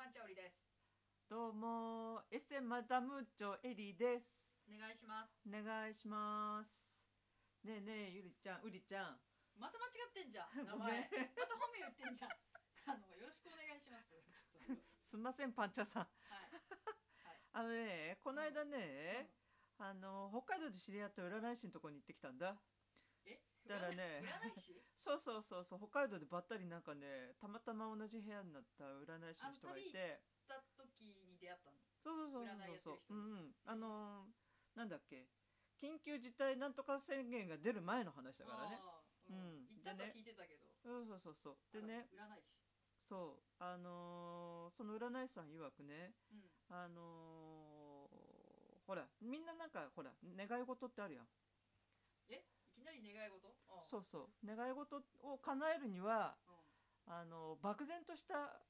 ンチャオリです。 どうもエセマダムチョエリです。 お願いします。 お願いします。ねえねえゆりちゃん、うりちゃん。 また間違ってんじゃん。名ごめん前。また本名言ってんじゃん。よろしくお願いします。ちょっと。 すんませんパンチャさん。 はい。 この間ね、北海道で知り合った占い師のとこに行ってきたんだ。 え、 だからね、 占い師？ そう北海道でばったりなんかね、たまたま同じ部屋になった占い師の人がいて、 旅行った時に出会ったの。 そう占いやってる人に。 なんだっけ、緊急事態なんとか宣言が出る前の話だからね。 行ったと聞いてたけど。 そうでね、 占い師。 そうその占い師さん曰くね、ほらみんななんかほら願い事ってあるやん。 いきなり願い事？ 願い事を叶えるには、漠然とした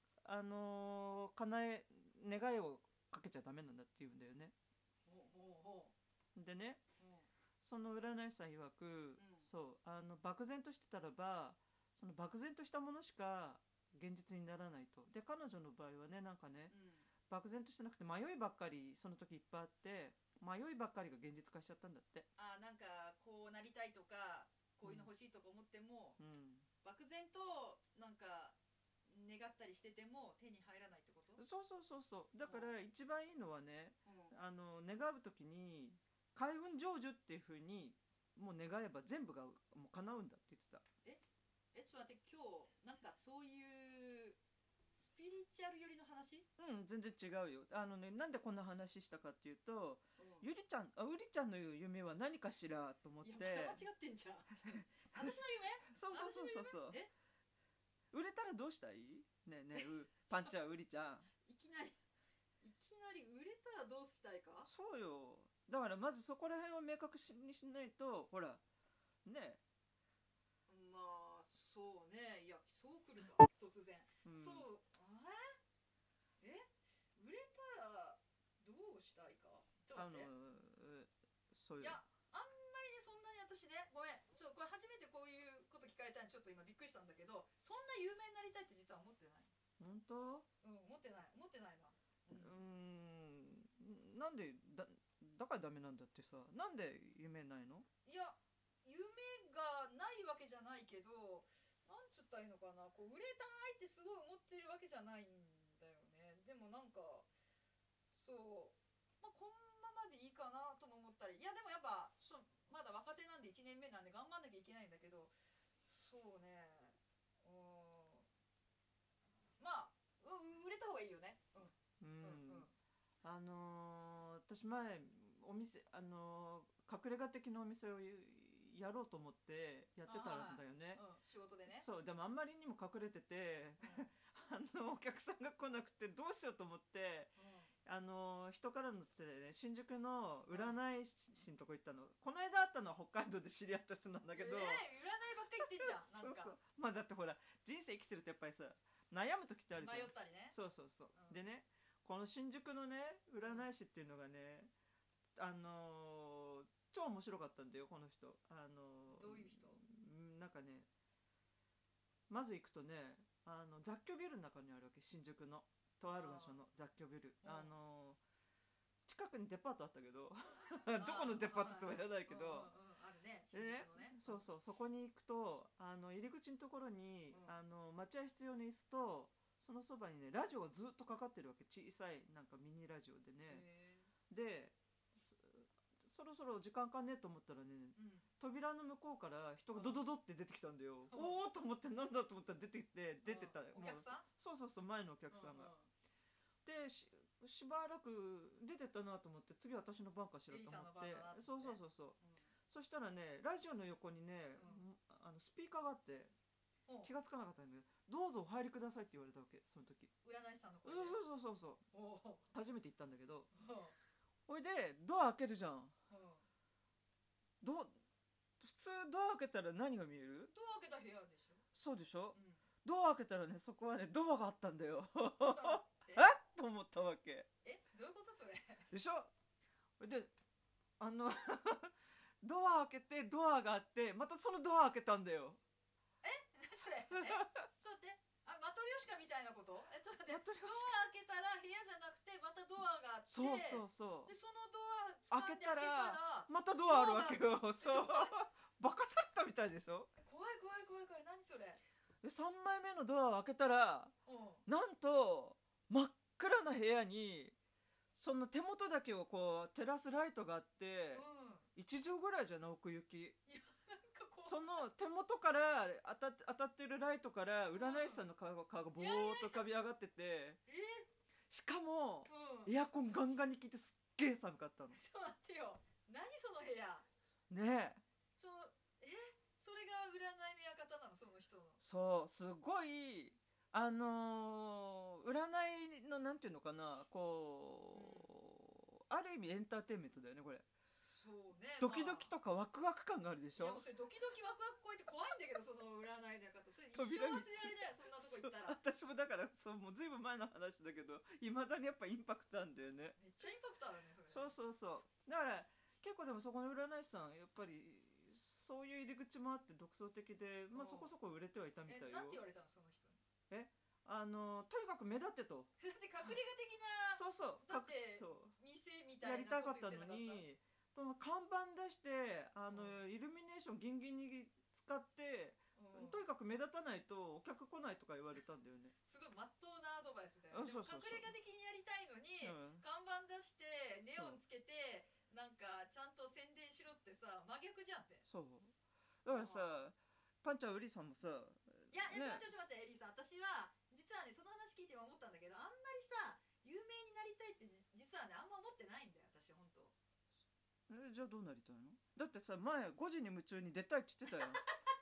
願いをかけちゃダメなんだって言うんだよね。でね、その占い師さん曰く、漠然としてたらばその漠然としたものしか現実にならないと。で彼女の場合はね、なんかね、漠然としてなくて迷いばっかりその時いっぱいあって、迷いばっかりが現実化しちゃったんだって。 なんかこうなりたいとかこういうの欲しいとか思っても、漠然となんか願ったりしてても手に入らないってこと？ そうだから一番いいのはね、願う時に開運成就っていう風にもう願えば全部がもう叶うんだって言ってた。 ちょっと待って、今日なんかそういうスピリチュアル寄りの話？ 全然違うよ。なんでこんな話したかっていうと、うりちゃんの言う夢は何かしらと思って。 いや、また間違ってんじゃん。私の夢？ そう売れたらどうしたい？ねえパンチャーうりちゃん。 いきなり売れたらどうしたいか？ そうよ。だからまずそこら辺を明確にしないと、ほらね。 まあそうね。いや、そうくるか突然。そう売れたらどうしたいか？ちょっと待って。 そういう。 いや、あんまりね、そんなに私ね、ごめん、これ初めてこういうこと聞かれたんでちょっと今びっくりしたんだけど、そんな有名になりたいって実は思ってない。 本当？ 思ってないな。 なんでだからダメなんだってさ。なんで夢ないの？ いや、夢がないわけじゃないけど、なんつったらいいのかな、こう売れたいってすごい思ってるわけじゃないんだよね。でもなんかそう、このままでいいかなとも思ったり、いやでもやっぱまだ若手なんで1年目なんで頑張んなきゃいけないんだけど、そうね、売れた方がいいよね。 私前お店隠れ家的なお店をやろうと思ってやってたんだよね。 仕事でね。 そうでもあんまりにも隠れてて、お客さんが来なくてどうしようと思って、人からのつてでね、新宿の占い師のとこ行ったの。この間会ったのは北海道で知り合った人なんだけど、 占いばっかり言ってんじゃん。なんかまあだってほら人生生きてるとやっぱりさ悩む時ってあるじゃん。 迷ったりね。 でね、この新宿のね占い師っていうのがね、超面白かったんだよこの人。 どういう人？ なんかね、まず行くとね、雑居ビルの中にあるわけ。新宿のとある場所の雑居ビル。近くにデパートあったけどどこのデパートとは言わないけど、でね、そこに行くと入り口のところに待合室用の椅子とそのそばにねラジオがずっとかかってるわけ。小さいなんかミニラジオでね。でそろそろ時間かねと思ったらね、扉の向こうから人がドドドって出てきたんだよ。おおと思って、なんだと思ったら出てた。 お客さん？ そう前のお客さんが。でしばらく出てったなと思って、次は私の番かしらと思って、そしたらねラジオの横にね、スピーカーがあって気がつかなかったんだけど、どうぞお入りくださいって言われたわけ。その時占い師さんの声で。 そう初めて行ったんだけど、ほいでドア開けるじゃん。普通ドア開けたら何が見える？ ドア開けた部屋でしょ。 そうでしょ、ドア開けたらね、そこはねドアがあったんだよえと思ったわけ。 どういうことそれ？ でしょ。でドア開けてドアがあって、またそのドア開けたんだよ。 それちょっと待って、マトリョーシカみたいなこと？ちょっと待って、 ドア開けたら部屋じゃなくてまたドアがあって、 そうそうそう、 でそのドア掴んで開けたらまたドアあるわけよ。そうバカされたみたいでしょ。 怖い怖い怖い怖い、何それ。 で3枚目のドアを開けたら、なんと真っ暗な部屋にその手元だけをこう照らすライトがあって、1畳ぐらいじゃな、奥行き。その手元から当たってるライトから占い師さんの顔がボーっと浮かび上がってて、しかも、エアコンガンガンに効いてすっげえ寒かったの。 ちょっと待ってよ、何その部屋ねえ。 それが占いの館なの、その人の。 そう、すごい占いのなんていうのかな、こう、ある意味エンターテインメントだよねこれ。 そうね、 ドキドキとかワクワク感があるでしょ。 いやもうそれドキドキワクワク超えて怖いんだけど、その占いの館、それ一生忘れられないよ、そんなとこ行ったら。 私もだからもうずいぶん前の話だけど、いまだにやっぱインパクトあるんだよね。 めっちゃインパクトあるね、それ。 そうそうそう。だから結構でもそこの占い師さんやっぱりそういう入り口もあって独創的で、まあそこそこ売れてはいたみたいよ。 なんて言われたの、その人に。 とにかく目立ってと。 だって隠れ家的な、 そうそう、 だって店みたいなやりたかったのに、この看板出してイルミネーションギンギンに使って、とにかく目立たないとお客来ないとか言われたんだよね。 すごいまっとうなアドバイスだよね。でも隠れ家的にやりたいのに、看板出してネオンつけてなんかちゃんと宣伝しろってさ、真逆じゃんって。 そうだからさ、パンちゃんウリさんもさ、 いや、ちょっと待って、エリーさん、私は実はね、その話聞いて思ったんだけど、あんまりさ有名になりたいって実はね、あんま思ってないんだよ、私。本当。 じゃあどうなりたいの？だってさ、前5時に夢中に出たいって言ってたよ。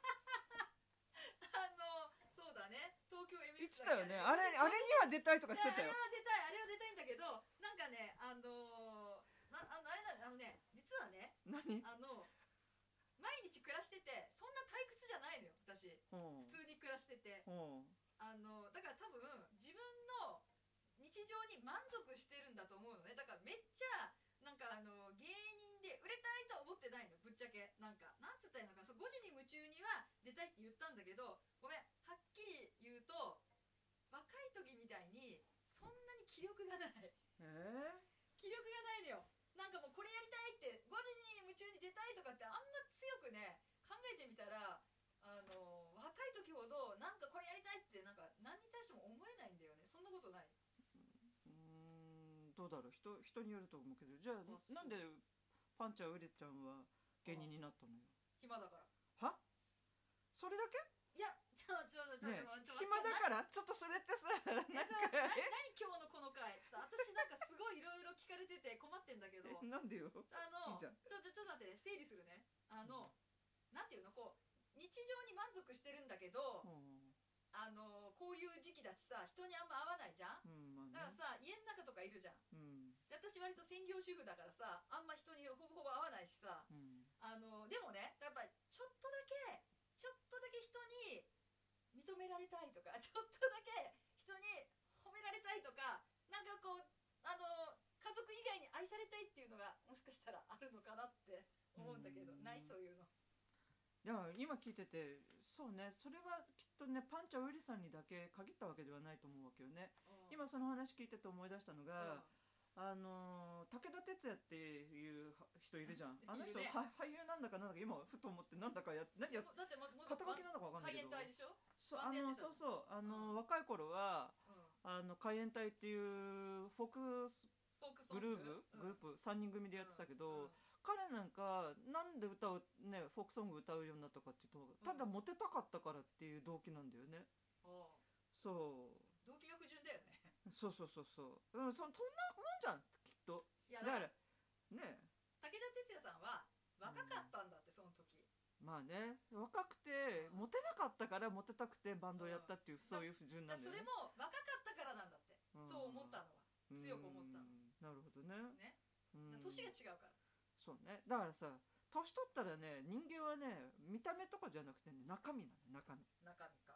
そうだね、東京 MX 言ってたよね。あれには出たいとか言ってたよ。 あれは出たいんだけど、なんかね、あれだ、実はね、 何？ 毎日暮らしててそんな退屈じゃないのよ、私。普通に暮らしてて、だから多分自分の日常に満足してるんだと思うのね。だからめっちゃなんか芸人で売れたいとは思ってないの、ぶっちゃけ。なんつったらいいのかな、5時に夢中には出たいって言ったんだけど、ごめん、はっきり言うと若い時みたいにそんなに気力がない。気力がないのよ。なんかもうこれやりたいって、5時に夢中に出たいとかってあんま強くね、考えてみたら若い時ほどなんかこれやりたいってなんか何に対しても思えないんだよね。そんなことない？ どうだろう、人によると思うけど。じゃあなんでパンちゃんウリちゃんは芸人になったのよ。 暇だから。 は？それだけ？ いや、ちょね、暇だから。ちょっとそれってさ、何今日のこの回、ちょっと私なんかすごいいろいろ聞かれてて困ってんだけど。 なんでよ。いいじゃん。 ちょっと待ってね、整理するね。なんていうの、こう日常に満足してるんだけど、こういう時期だしさ、人にあんま会わないじゃん、だからさ、家の中とかいるじゃん、で私割と専業主婦だからさ、あんま人にほぼほぼ会わないしさ、でもね、やっぱりちょっとだけ人に認められたいとか、ちょっとだけ人に褒められたいとか、なんかこう家族以外に愛されたいっていうのがもしかしたらあるのかなって思うんだけど、ない？そういうの。 いや、今聞いてて、そうね、それはきっとね、パンちゃんウリさんにだけ限ったわけではないと思うわけよね。今その話聞いてて思い出したのが、武田鉄矢っていう人いるじゃん。あの人、ね、俳優なんだかなんだか今ふと思って、なんだか何やだって肩書きなんだか分かんないけど、 海援隊でしょ。 そう若い頃は、海援隊っていうフォークグループ3人組でやってたけど、彼なんかなんで歌をね、フォークソング歌うようになったかっていうと、ただモテたかったからっていう動機なんだよね。そう、 動機が不純だよね。 そう、そんなもんじゃんきっと。だからね、 武田鉄矢さんは若かったんだって、その時。 まあね、若くてモテなかったからモテたくてバンドをやったっていう、そういう不純なんだよね。 それも若かったからなんだって、そう思ったのは。強く思ったの。 なるほどね。 年が違うから。 そうね。だからさ、年取ったらね、人間はね、見た目とかじゃなくてね、中身なの。中身か。 中身か。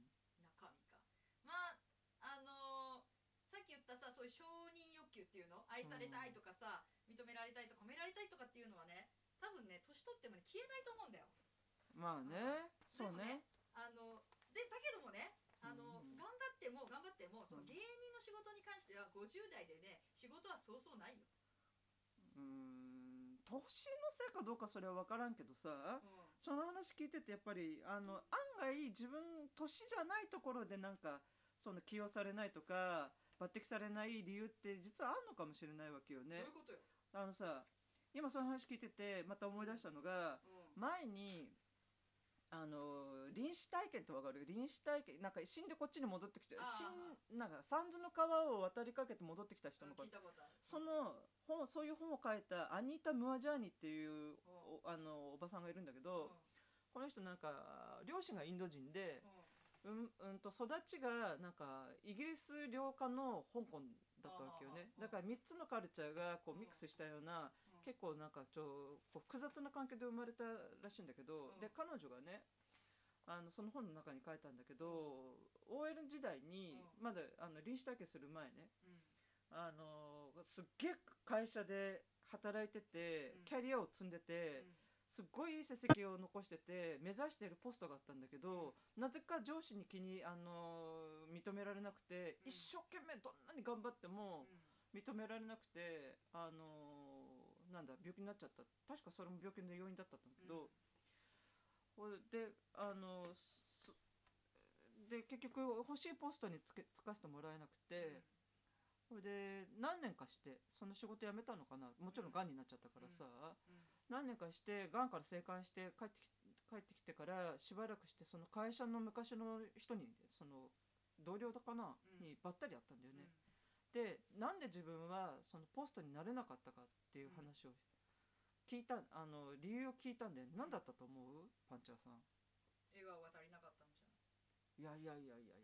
まあさっき言ったさ、そういう承認欲求っていうの、愛されたいとかさ、認められたいとか褒められたいとかっていうのはね、多分ね、年取ってもね、消えないと思うんだよ。 まあね、そうね。 だけどもね、頑張ってもその芸人 50代でね仕事はそうそうないよ。 年のせいかどうかそれは分からんけどさ、その話聞いててやっぱり案外自分年じゃないところでなんかその起用されないとか抜擢されない理由って実はあるのかもしれないわけよね。 どういうことよ。 さ、今その話聞いててまた思い出したのが、前に臨死体験って分かる？臨死体験なんか死んでこっちに戻ってきてなんか三途の川を渡りかけて戻ってきた人のこと、 聞いたことある。 そういう本を書いたアニータ・ムアジャーニっていうおばさんがいるんだけど、この人なんか両親がインド人で、育ちがなんかイギリス領下の香港だったわけよね。だから3つのカルチャーがこうミックスしたような、結構なんかこう複雑な環境で生まれたらしいんだけど、で彼女がねその本の中に書いたんだけど、OL 時代にまだ臨死体験する前ね、すっげえ会社で働いてて、キャリアを積んでて、すっごいいい成績を残してて目指しているポストがあったんだけど、なぜか上司に認められなくて、一生懸命どんなに頑張っても認められなくて、なんだ病気になっちゃった。確かそれも病気の要因だったんだけど、でで結局欲しいポストにつかせてもらえなくて、それで何年かしてその仕事辞めたのかな。もちろんがんになっちゃったからさ、何年かしてがんから生還して帰ってきてからしばらくしてその会社の昔の人にその同僚だかな、にばったり会ったんだよね。でなんで自分はそのポストになれなかったかっていう話を聞いた、理由を聞いたんで、何だったと思う？パンチャーさん。 笑顔が足りなかったんじゃない？ いや